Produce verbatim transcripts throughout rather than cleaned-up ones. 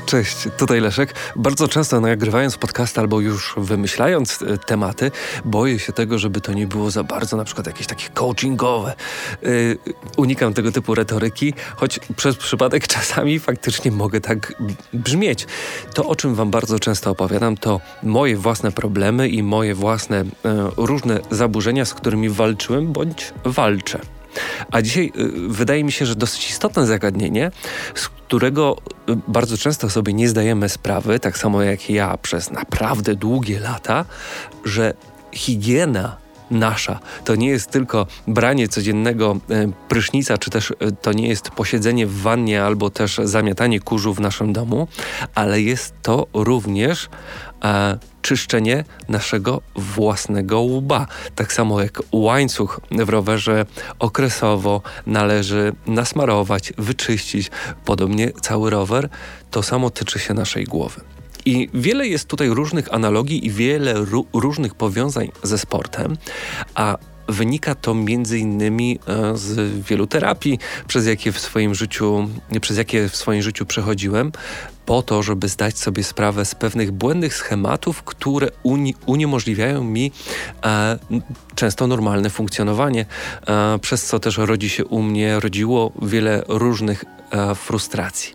Cześć, tutaj Leszek. Bardzo często nagrywając podcast albo już wymyślając tematy, boję się tego, żeby to nie było za bardzo na przykład jakieś takie coachingowe. Yy, unikam tego typu retoryki, choć przez przypadek czasami faktycznie mogę tak brzmieć. To, o czym wam bardzo często opowiadam, to moje własne problemy i moje własne yy, różne zaburzenia, z którymi walczyłem bądź walczę. A dzisiaj y, wydaje mi się, że dosyć istotne zagadnienie, z którego y, bardzo często sobie nie zdajemy sprawy, tak samo jak ja przez naprawdę długie lata, że higiena nasza to nie jest tylko branie codziennego y, prysznica, czy też y, to nie jest posiedzenie w wannie albo też zamiatanie kurzu w naszym domu, ale jest to również e, czyszczenie naszego własnego łba. Tak samo jak łańcuch w rowerze okresowo należy nasmarować, wyczyścić. Podobnie cały rower, to samo tyczy się naszej głowy. I wiele jest tutaj różnych analogii i wiele ró- różnych powiązań ze sportem, a wynika to między innymi z wielu terapii, przez jakie w swoim życiu, przez jakie w swoim życiu przechodziłem, po to, żeby zdać sobie sprawę z pewnych błędnych schematów, które uni- uniemożliwiają mi e, często normalne funkcjonowanie, e, przez co też rodzi się u mnie, rodziło wiele różnych e, frustracji.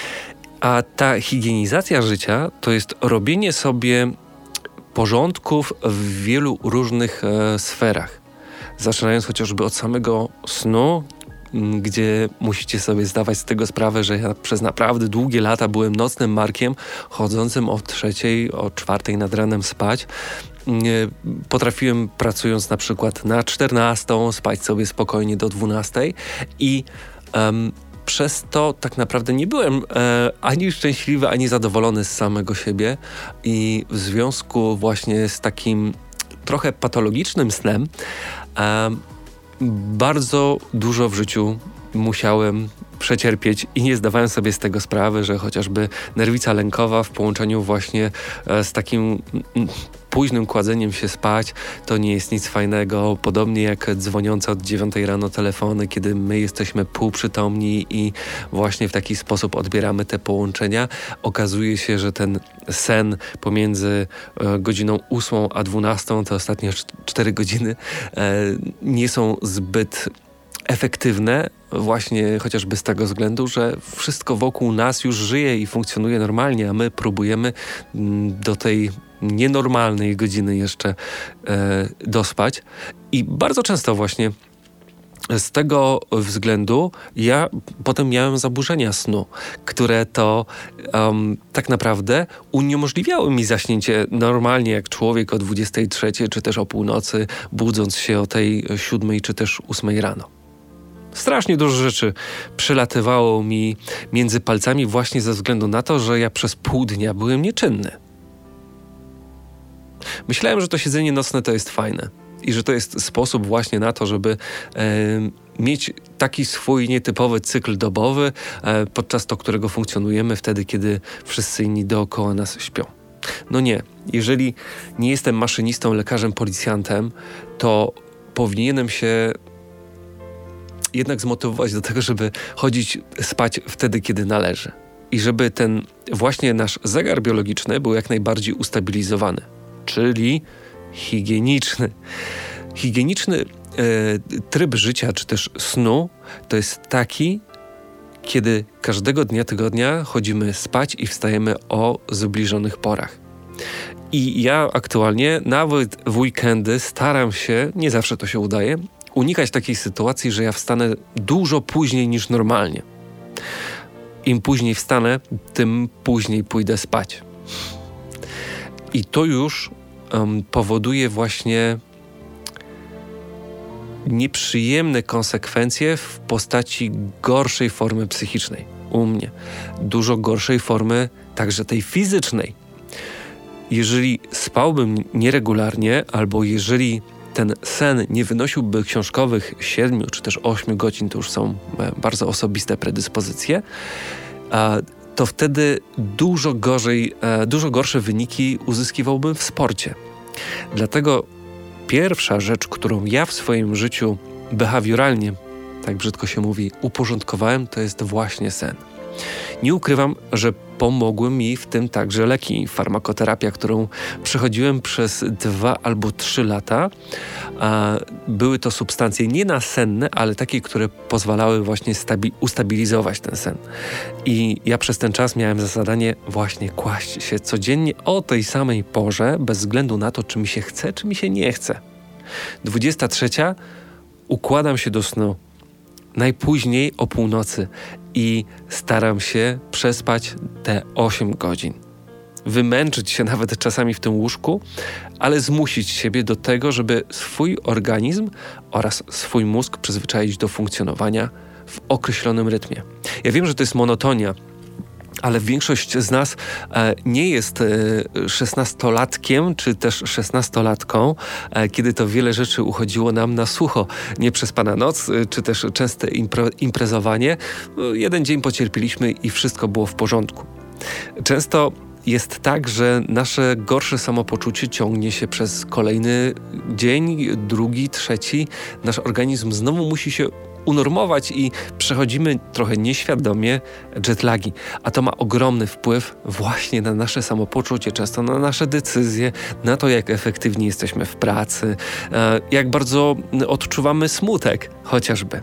A ta higienizacja życia to jest robienie sobie porządków w wielu różnych e, sferach. Zaczynając chociażby od samego snu, gdzie musicie sobie zdawać z tego sprawę, że ja przez naprawdę długie lata byłem nocnym markiem, chodzącym o trzeciej, o czwartej nad ranem spać. Potrafiłem, pracując na przykład na czternastą, spać sobie spokojnie do dwunastej i um, przez to tak naprawdę nie byłem e, ani szczęśliwy, ani zadowolony z samego siebie i w związku właśnie z takim trochę patologicznym snem e, bardzo dużo w życiu musiałem przecierpieć i nie zdawałem sobie z tego sprawy, że chociażby nerwica lękowa w połączeniu właśnie e, z takim m, późnym kładzeniem się spać to nie jest nic fajnego. Podobnie jak dzwoniące od dziewiątej rano telefony, kiedy my jesteśmy półprzytomni i właśnie w taki sposób odbieramy te połączenia. Okazuje się, że ten sen pomiędzy e, godziną ósmą a dwunastą, te ostatnie cztery godziny, e, nie są zbyt efektywne, właśnie chociażby z tego względu, że wszystko wokół nas już żyje i funkcjonuje normalnie, a my próbujemy do tej nienormalnej godziny jeszcze e, dospać. I bardzo często właśnie z tego względu ja potem miałem zaburzenia snu, które to um, tak naprawdę uniemożliwiały mi zaśnięcie normalnie jak człowiek o dwudziestej trzeciej, czy też o północy, budząc się o tej siódmej, czy też ósmej rano. Strasznie dużo rzeczy przelatywało mi między palcami właśnie ze względu na to, że ja przez pół dnia byłem nieczynny. Myślałem, że to siedzenie nocne to jest fajne i że to jest sposób właśnie na to, żeby e, mieć taki swój nietypowy cykl dobowy, e, podczas to, którego funkcjonujemy wtedy, kiedy wszyscy inni dookoła nas śpią. No nie. Jeżeli nie jestem maszynistą, lekarzem, policjantem, to powinienem się jednak zmotywować do tego, żeby chodzić spać wtedy, kiedy należy. I żeby ten właśnie nasz zegar biologiczny był jak najbardziej ustabilizowany, czyli higieniczny. Higieniczny e, tryb życia, czy też snu, to jest taki, kiedy każdego dnia tygodnia chodzimy spać i wstajemy o zbliżonych porach. I ja aktualnie nawet w weekendy staram się, nie zawsze to się udaje, unikać takiej sytuacji, że ja wstanę dużo później niż normalnie. Im później wstanę, tym później pójdę spać. I to już um, powoduje właśnie nieprzyjemne konsekwencje w postaci gorszej formy psychicznej. U mnie. Dużo gorszej formy także tej fizycznej. Jeżeli spałbym nieregularnie, albo jeżeli ten sen nie wynosiłby książkowych siedmiu czy też ośmiu godzin, to już są bardzo osobiste predyspozycje, to wtedy dużo gorzej, dużo gorsze wyniki uzyskiwałbym w sporcie. Dlatego pierwsza rzecz, którą ja w swoim życiu behawioralnie, tak brzydko się mówi, uporządkowałem, to jest właśnie sen. Nie ukrywam, że pomogły mi w tym także leki, farmakoterapia, którą przechodziłem przez dwa albo trzy lata. A były to substancje nie nasenne, ale takie, które pozwalały właśnie stabi- ustabilizować ten sen. I ja przez ten czas miałem za zadanie właśnie kłaść się codziennie o tej samej porze, bez względu na to, czy mi się chce, czy mi się nie chce. dwudziesta trzecia układam się do snu. Najpóźniej o północy i staram się przespać te osiem godzin. Wymęczyć się nawet czasami w tym łóżku, ale zmusić siebie do tego, żeby swój organizm oraz swój mózg przyzwyczaić do funkcjonowania w określonym rytmie. Ja wiem, że to jest monotonia, ale większość z nas e, nie jest e, szesnastolatkiem czy też szesnastolatką, e, kiedy to wiele rzeczy uchodziło nam na sucho. Nieprzespana noc, e, czy też częste impro, imprezowanie. E, jeden dzień pocierpieliśmy i wszystko było w porządku. Często jest tak, że nasze gorsze samopoczucie ciągnie się przez kolejny dzień, drugi, trzeci. Nasz organizm znowu musi się unormować i przechodzimy trochę nieświadomie jetlagi. A to ma ogromny wpływ właśnie na nasze samopoczucie, często na nasze decyzje, na to, jak efektywnie jesteśmy w pracy, jak bardzo odczuwamy smutek chociażby.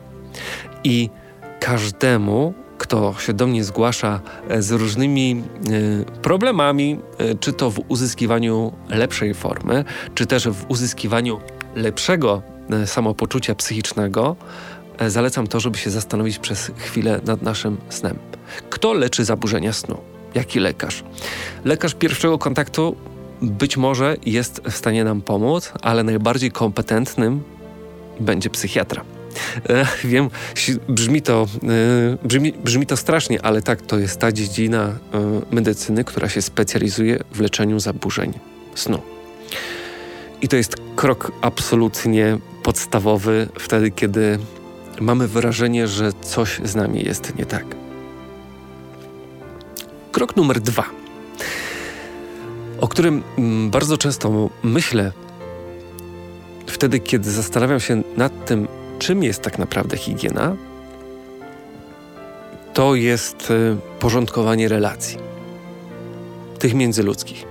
I każdemu, kto się do mnie zgłasza z różnymi y, problemami, y, czy to w uzyskiwaniu lepszej formy, czy też w uzyskiwaniu lepszego y, samopoczucia psychicznego, y, zalecam to, żeby się zastanowić przez chwilę nad naszym snem. Kto leczy zaburzenia snu? Jaki lekarz? Lekarz pierwszego kontaktu być może jest w stanie nam pomóc, ale najbardziej kompetentnym będzie psychiatra. E, wiem, brzmi to, e, brzmi, brzmi to strasznie, ale tak, to jest ta dziedzina e, medycyny, która się specjalizuje w leczeniu zaburzeń snu. I to jest krok absolutnie podstawowy wtedy, kiedy mamy wrażenie, że coś z nami jest nie tak. Krok numer dwa, o którym m, bardzo często myślę wtedy, kiedy zastanawiam się nad tym, czym jest tak naprawdę higiena, to jest y, porządkowanie relacji, tych międzyludzkich.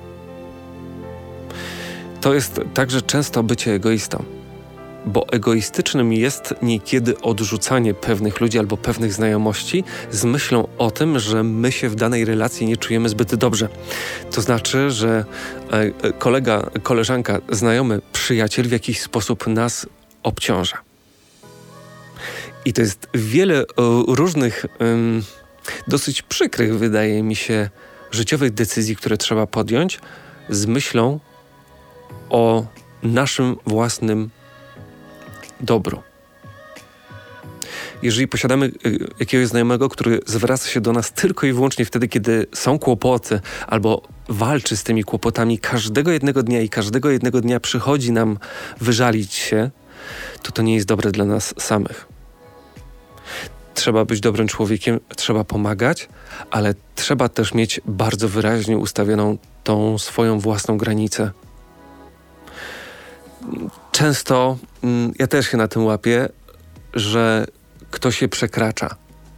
To jest także często bycie egoistą, bo egoistycznym jest niekiedy odrzucanie pewnych ludzi albo pewnych znajomości z myślą o tym, że my się w danej relacji nie czujemy zbyt dobrze. To znaczy, że y, kolega, koleżanka, znajomy, przyjaciel w jakiś sposób nas obciąża. I to jest wiele o, różnych, ym, dosyć przykrych, wydaje mi się, życiowych decyzji, które trzeba podjąć z myślą o naszym własnym dobru. Jeżeli posiadamy y, jakiegoś znajomego, który zwraca się do nas tylko i wyłącznie wtedy, kiedy są kłopoty, albo walczy z tymi kłopotami każdego jednego dnia i każdego jednego dnia przychodzi nam wyżalić się, to to nie jest dobre dla nas samych. Trzeba być dobrym człowiekiem, trzeba pomagać, ale trzeba też mieć bardzo wyraźnie ustawioną tą swoją własną granicę. Często, ja też się na tym łapię, że ktoś się przekracza.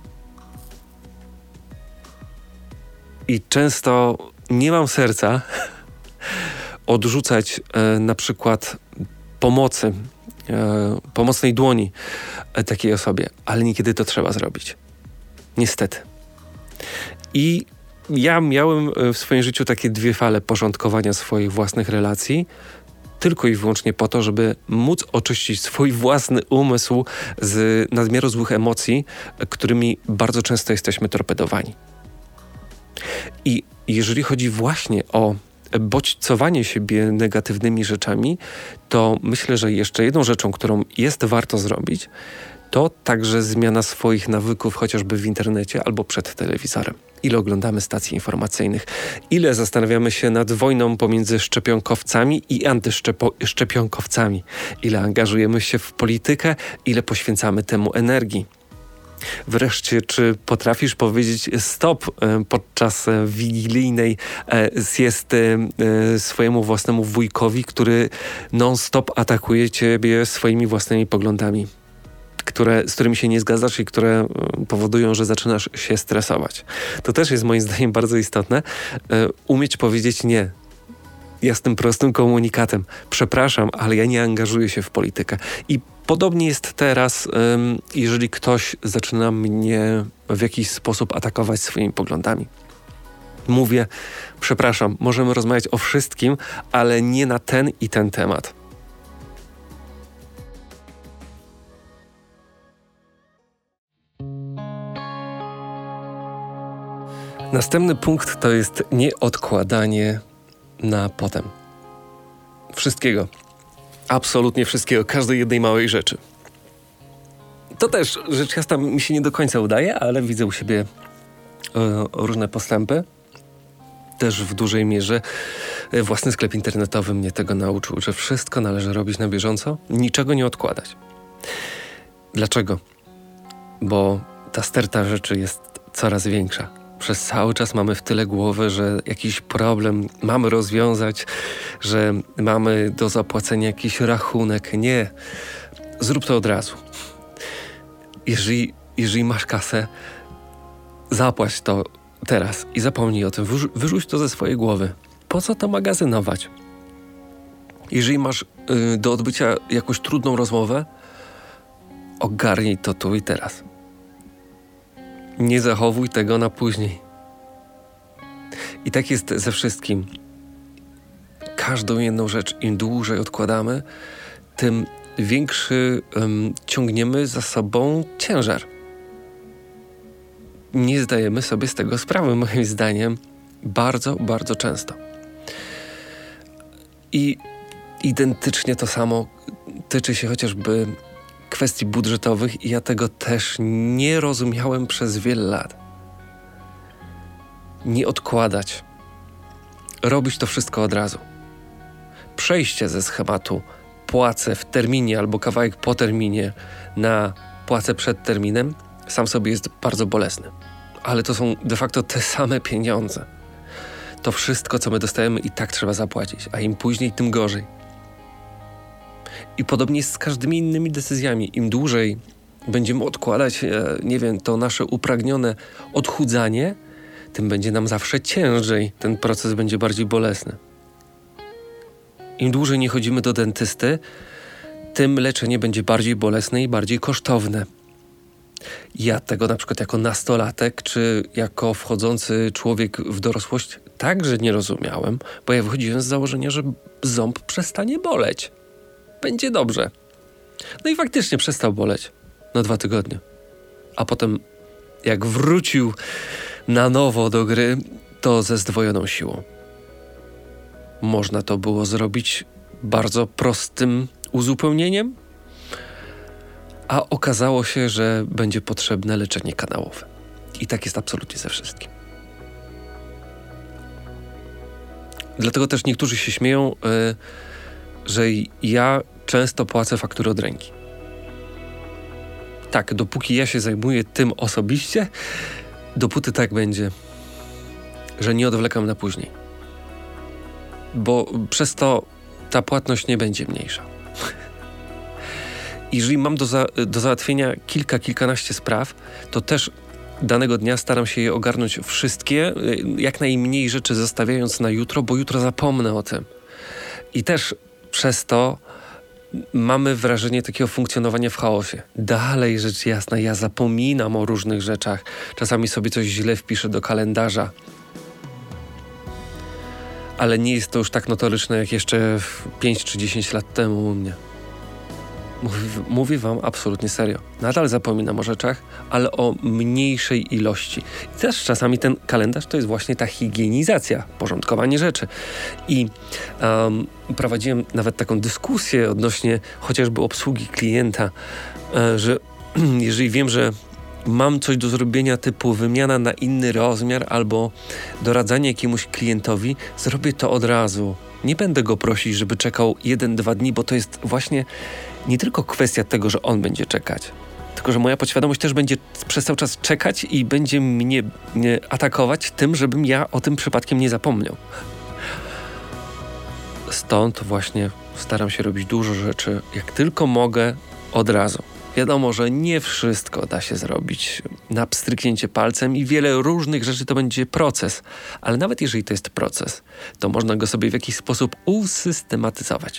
I często nie mam serca odrzucać e, na przykład pomocy, e, pomocnej dłoni e, takiej osobie, ale niekiedy to trzeba zrobić. Niestety. I ja miałem w swoim życiu takie dwie fale porządkowania swoich własnych relacji, tylko i wyłącznie po to, żeby móc oczyścić swój własny umysł z nadmiaru złych emocji, którymi bardzo często jesteśmy torpedowani. I jeżeli chodzi właśnie o bodźcowanie siebie negatywnymi rzeczami, to myślę, że jeszcze jedną rzeczą, którą jest warto zrobić, to także zmiana swoich nawyków, chociażby w internecie albo przed telewizorem. Ile oglądamy stacji informacyjnych, ile zastanawiamy się nad wojną pomiędzy szczepionkowcami i antyszczepionkowcami, ile angażujemy się w politykę, ile poświęcamy temu energii. Wreszcie, czy potrafisz powiedzieć stop podczas wigilijnej siesty swojemu własnemu wujkowi, który non-stop atakuje ciebie swoimi własnymi poglądami? które, z którymi się nie zgadzasz i które powodują, że zaczynasz się stresować. To też jest moim zdaniem bardzo istotne. Umieć powiedzieć nie. Ja z tym prostym komunikatem. Przepraszam, ale ja nie angażuję się w politykę. I podobnie jest teraz, jeżeli ktoś zaczyna mnie w jakiś sposób atakować swoimi poglądami. Mówię, przepraszam, możemy rozmawiać o wszystkim, ale nie na ten i ten temat. Następny punkt to jest nieodkładanie na potem. Wszystkiego. Absolutnie wszystkiego. Każdej jednej małej rzeczy. To też, rzecz jasna, mi się nie do końca udaje, ale widzę u siebie e, różne postępy. Też w dużej mierze własny sklep internetowy mnie tego nauczył, że wszystko należy robić na bieżąco, niczego nie odkładać. Dlaczego? Bo ta sterta rzeczy jest coraz większa. Przez cały czas mamy w tyle głowy, że jakiś problem mamy rozwiązać, że mamy do zapłacenia jakiś rachunek. Nie. Zrób to od razu. Jeżeli, jeżeli masz kasę, zapłać to teraz i zapomnij o tym. Wyrzu- wyrzuć to ze swojej głowy. Po co to magazynować? Jeżeli masz yy, do odbycia jakąś trudną rozmowę, ogarnij to tu i teraz. Nie zachowuj tego na później. I tak jest ze wszystkim. Każdą jedną rzecz, im dłużej odkładamy, tym większy um, ciągniemy za sobą ciężar. Nie zdajemy sobie z tego sprawy, moim zdaniem, bardzo, bardzo często. I identycznie to samo tyczy się chociażby kwestii budżetowych i ja tego też nie rozumiałem przez wiele lat. Nie odkładać. Robić to wszystko od razu. Przejście ze schematu płacę w terminie albo kawałek po terminie na płacę przed terminem sam sobie jest bardzo bolesny. Ale to są de facto te same pieniądze. To wszystko, co my dostajemy, i tak trzeba zapłacić, a im później, tym gorzej. I podobnie jest z każdymi innymi decyzjami. Im dłużej będziemy odkładać, e, nie wiem, to nasze upragnione odchudzanie, tym będzie nam zawsze ciężej. Ten proces będzie bardziej bolesny. Im dłużej nie chodzimy do dentysty, tym leczenie będzie bardziej bolesne i bardziej kosztowne. Ja tego na przykład jako nastolatek, czy jako wchodzący człowiek w dorosłość także nie rozumiałem, bo ja wychodziłem z założenia, że ząb przestanie boleć. Będzie dobrze. No i faktycznie przestał boleć na dwa tygodnie. A potem jak wrócił na nowo do gry, to ze zdwojoną siłą. Można to było zrobić bardzo prostym uzupełnieniem, a okazało się, że będzie potrzebne leczenie kanałowe. I tak jest absolutnie ze wszystkim. Dlatego też niektórzy się śmieją, yy, że ja często płacę faktury od ręki. Tak, dopóki ja się zajmuję tym osobiście, dopóty tak będzie, że nie odwlekam na później. Bo przez to ta płatność nie będzie mniejsza. Jeżeli mam do, za, do załatwienia kilka, kilkanaście spraw, to też danego dnia staram się je ogarnąć wszystkie, jak najmniej rzeczy zostawiając na jutro, bo jutro zapomnę o tym. I też przez to mamy wrażenie takiego funkcjonowania w chaosie. Dalej, rzecz jasna, ja zapominam o różnych rzeczach. Czasami sobie coś źle wpiszę do kalendarza. Ale nie jest to już tak notoryczne, jak jeszcze pięć czy dziesięć lat temu u mnie. Mówię, mówię wam absolutnie serio. Nadal zapominam o rzeczach, ale o mniejszej ilości. I też czasami ten kalendarz to jest właśnie ta higienizacja, porządkowanie rzeczy. I um, prowadziłem nawet taką dyskusję odnośnie chociażby obsługi klienta, e, że jeżeli wiem, że mam coś do zrobienia typu wymiana na inny rozmiar albo doradzanie jakiemuś klientowi, zrobię to od razu. Nie będę go prosić, żeby czekał jeden, dwa dni, bo to jest właśnie nie tylko kwestia tego, że on będzie czekać, tylko że moja podświadomość też będzie przez cały czas czekać i będzie mnie atakować tym, żebym ja o tym przypadkiem nie zapomniał. Stąd właśnie staram się robić dużo rzeczy, jak tylko mogę, od razu. Wiadomo, że nie wszystko da się zrobić na pstryknięcie palcem i wiele różnych rzeczy to będzie proces. Ale nawet jeżeli to jest proces, to można go sobie w jakiś sposób usystematyzować.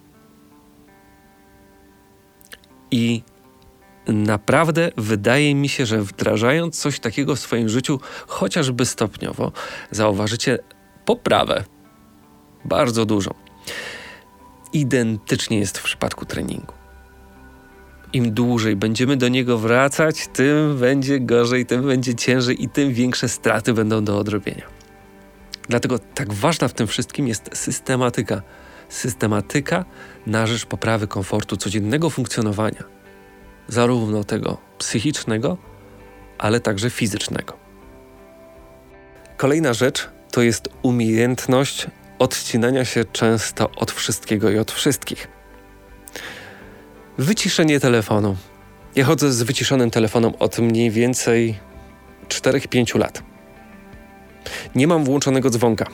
I naprawdę wydaje mi się, że wdrażając coś takiego w swoim życiu, chociażby stopniowo, zauważycie poprawę. Bardzo dużą. Identycznie jest w przypadku treningu. Im dłużej będziemy do niego wracać, tym będzie gorzej, tym będzie ciężej i tym większe straty będą do odrobienia. Dlatego tak ważna w tym wszystkim jest systematyka. Systematyka na rzecz poprawy komfortu codziennego funkcjonowania. Zarówno tego psychicznego, ale także fizycznego. Kolejna rzecz to jest umiejętność odcinania się często od wszystkiego i od wszystkich. Wyciszenie telefonu. Ja chodzę z wyciszonym telefonem od mniej więcej czterech pięciu lat. Nie mam włączonego dzwonka.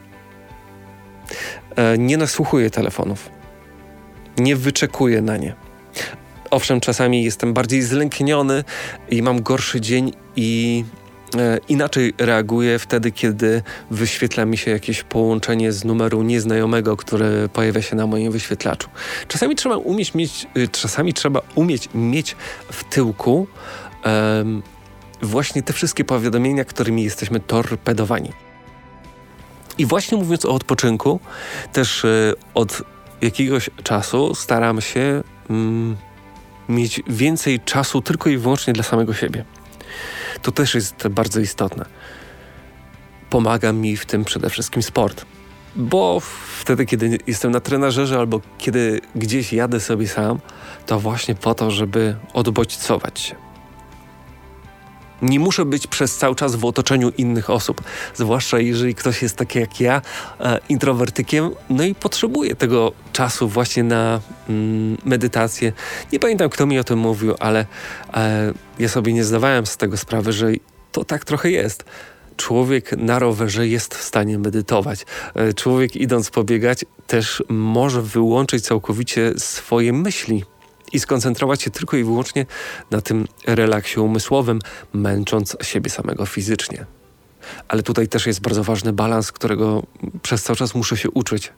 E, nie nasłuchuję telefonów. Nie wyczekuję na nie. Owszem, czasami jestem bardziej zlękniony i mam gorszy dzień i e, inaczej reaguję wtedy, kiedy wyświetla mi się jakieś połączenie z numeru nieznajomego, który pojawia się na moim wyświetlaczu. Czasami trzeba umieć mieć, y, czasami trzeba umieć mieć w tyłku e, właśnie te wszystkie powiadomienia, którymi jesteśmy torpedowani. I właśnie mówiąc o odpoczynku, też y, od jakiegoś czasu staram się mm, mieć więcej czasu tylko i wyłącznie dla samego siebie. To też jest bardzo istotne. Pomaga mi w tym przede wszystkim sport. Bo wtedy, kiedy jestem na trenażerze albo kiedy gdzieś jadę sobie sam, to właśnie po to, żeby odbodźcować się. Nie muszę być przez cały czas w otoczeniu innych osób, zwłaszcza jeżeli ktoś jest taki jak ja, e, introwertykiem, no i potrzebuje tego czasu właśnie na mm, medytację. Nie pamiętam, kto mi o tym mówił, ale e, ja sobie nie zdawałem z tego sprawy, że to tak trochę jest. Człowiek na rowerze jest w stanie medytować. E, człowiek idąc pobiegać też może wyłączyć całkowicie swoje myśli i skoncentrować się tylko i wyłącznie na tym relaksie umysłowym, męcząc siebie samego fizycznie. Ale tutaj też jest bardzo ważny balans, którego przez cały czas muszę się uczyć.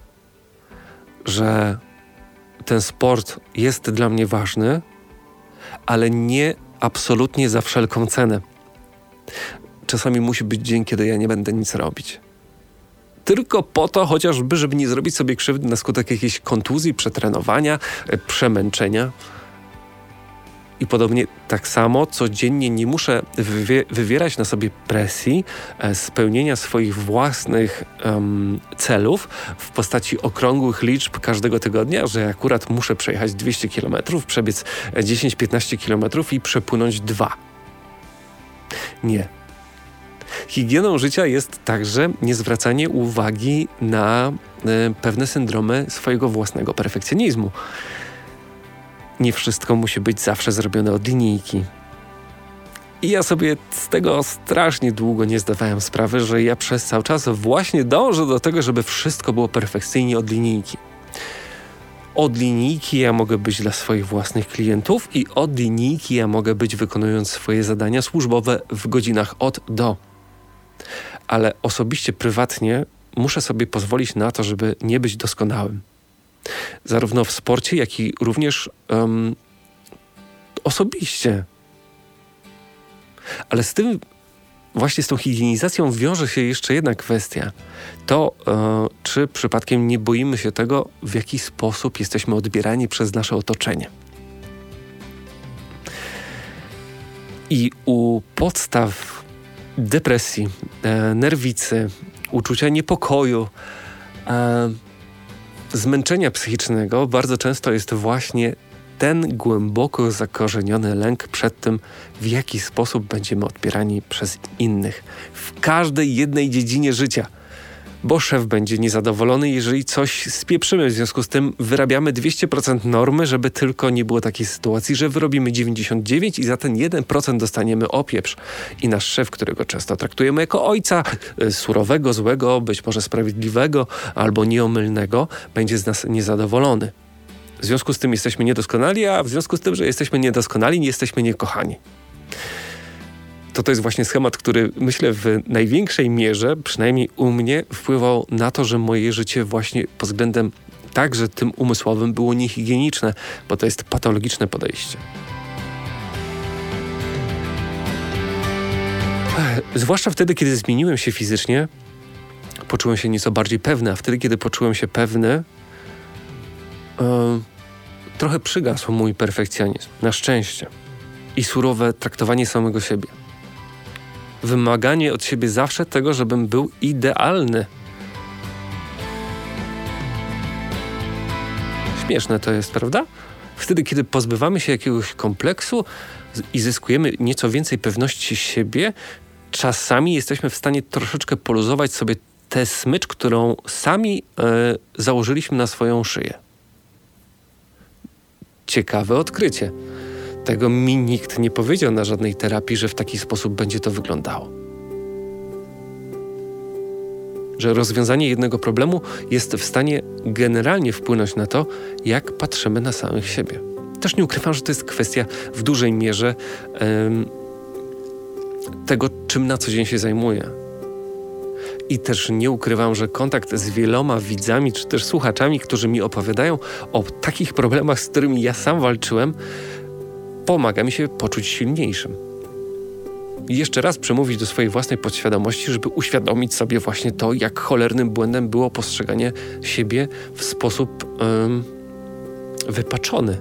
Że ten sport jest dla mnie ważny, ale nie absolutnie za wszelką cenę. Czasami musi być dzień, kiedy ja nie będę nic robić. Tylko po to chociażby, żeby nie zrobić sobie krzywdy na skutek jakiejś kontuzji, przetrenowania, przemęczenia. I podobnie tak samo codziennie nie muszę wywie- wywierać na sobie presji e, spełnienia swoich własnych um, celów w postaci okrągłych liczb każdego tygodnia, że akurat muszę przejechać dwieście kilometrów, przebiec dziesięć piętnaście kilometrów i przepłynąć dwa. Nie. Higieną życia jest także niezwracanie uwagi na e, pewne syndromy swojego własnego perfekcjonizmu. Nie wszystko musi być zawsze zrobione od linijki. I ja sobie z tego strasznie długo nie zdawałem sprawy, że ja przez cały czas właśnie dążę do tego, żeby wszystko było perfekcyjnie od linijki. Od linijki ja mogę być dla swoich własnych klientów i od linijki ja mogę być wykonując swoje zadania służbowe w godzinach od do. Ale osobiście, prywatnie muszę sobie pozwolić na to, żeby nie być doskonałym. Zarówno w sporcie, jak i również um, osobiście. Ale z tym, właśnie z tą higienizacją wiąże się jeszcze jedna kwestia. To, e, czy przypadkiem nie boimy się tego, w jaki sposób jesteśmy odbierani przez nasze otoczenie. I u podstaw depresji, e, nerwicy, uczucia niepokoju, e, zmęczenia psychicznego bardzo często jest właśnie ten głęboko zakorzeniony lęk przed tym, w jaki sposób będziemy odbierani przez innych w każdej jednej dziedzinie życia. Bo szef będzie niezadowolony, jeżeli coś spieprzymy. W związku z tym wyrabiamy dwieście procent normy, żeby tylko nie było takiej sytuacji, że wyrobimy dziewięćdziesiąt dziewięć procent i za ten jeden procent dostaniemy opieprz. I nasz szef, którego często traktujemy jako ojca, surowego, złego, być może sprawiedliwego albo nieomylnego, będzie z nas niezadowolony. W związku z tym jesteśmy niedoskonali, a w związku z tym, że jesteśmy niedoskonali, nie jesteśmy niekochani. To to jest właśnie schemat, który myślę w największej mierze, przynajmniej u mnie, wpływał na to, że moje życie właśnie pod względem także tym umysłowym było niehigieniczne, bo to jest patologiczne podejście. Zwłaszcza wtedy, kiedy zmieniłem się fizycznie, poczułem się nieco bardziej pewny, a wtedy, kiedy poczułem się pewny, yy, trochę przygasł mój perfekcjonizm. Na szczęście. I surowe traktowanie samego siebie. Wymaganie od siebie zawsze tego, żebym był idealny. Śmieszne to jest, prawda? Wtedy, kiedy pozbywamy się jakiegoś kompleksu i zyskujemy nieco więcej pewności siebie, czasami jesteśmy w stanie troszeczkę poluzować sobie tę smycz, którą sami e, założyliśmy na swoją szyję. Ciekawe odkrycie. Tego mi nikt nie powiedział na żadnej terapii, że w taki sposób będzie to wyglądało. Że rozwiązanie jednego problemu jest w stanie generalnie wpłynąć na to, jak patrzymy na samych siebie. Też nie ukrywam, że to jest kwestia w dużej mierze em, tego, czym na co dzień się zajmuję. I też nie ukrywam, że kontakt z wieloma widzami, czy też słuchaczami, którzy mi opowiadają o takich problemach, z którymi ja sam walczyłem, pomaga mi się poczuć silniejszym. I jeszcze raz przemówić do swojej własnej podświadomości, żeby uświadomić sobie właśnie to, jak cholernym błędem było postrzeganie siebie w sposób um, wypaczony.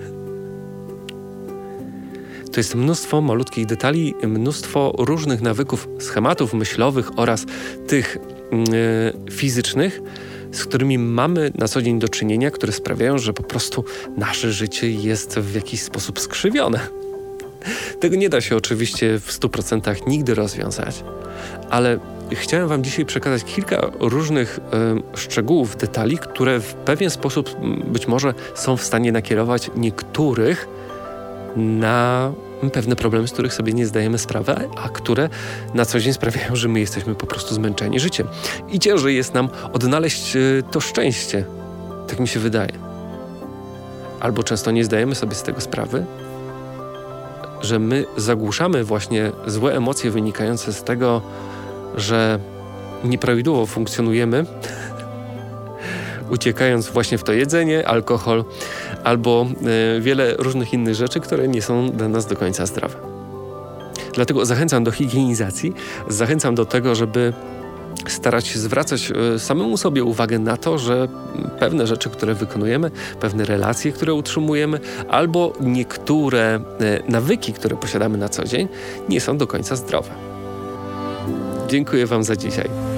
To jest mnóstwo malutkich detali, mnóstwo różnych nawyków, schematów myślowych oraz tych yy, fizycznych, z którymi mamy na co dzień do czynienia, które sprawiają, że po prostu nasze życie jest w jakiś sposób skrzywione. Tego nie da się oczywiście w stu procentach nigdy rozwiązać, ale chciałem wam dzisiaj przekazać kilka różnych y, szczegółów, detali, które w pewien sposób być może są w stanie nakierować niektórych na pewne problemy, z których sobie nie zdajemy sprawy, a które na co dzień sprawiają, że my jesteśmy po prostu zmęczeni życiem. I ciężej jest nam odnaleźć y, to szczęście. Tak mi się wydaje. Albo często nie zdajemy sobie z tego sprawy, że my zagłuszamy właśnie złe emocje wynikające z tego, że nieprawidłowo funkcjonujemy, uciekając właśnie w to jedzenie, alkohol albo y, wiele różnych innych rzeczy, które nie są dla nas do końca zdrowe. Dlatego zachęcam do higienizacji, zachęcam do tego, żeby starać się zwracać y, samemu sobie uwagę na to, że pewne rzeczy, które wykonujemy, pewne relacje, które utrzymujemy, albo niektóre y, nawyki, które posiadamy na co dzień, nie są do końca zdrowe. Dziękuję wam za dzisiaj.